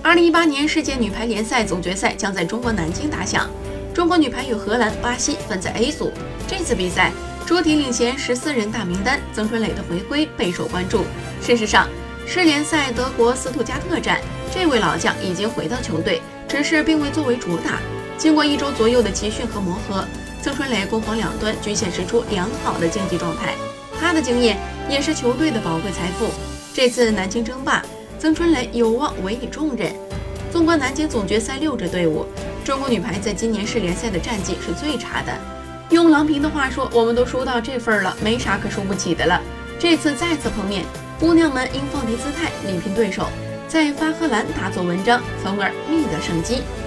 2018年世界女排联赛总决赛将在中国南京打响，中国女排与荷兰、巴西分在 A 组。这次比赛出题领衔14人大名单，曾春蕾的回归备受关注。事实上，世联赛德国斯图加特站，这位老将已经回到球队，只是并未作为主打。经过1周左右的集训和磨合，曾春蕾攻防两端均显示出良好的竞技状态。她的经验也是球队的宝贵财富。这次南京争霸，曾春蕾有望委以重任。纵观南京总决赛6支队伍，中国女排在今年世联赛的战绩是最差的。用郎平的话说，我们都输到这份了，没啥可输不起的了。这次再次碰面，姑娘们应放低姿态，力拼对手，在发荷兰大做文章，从而觅得胜机。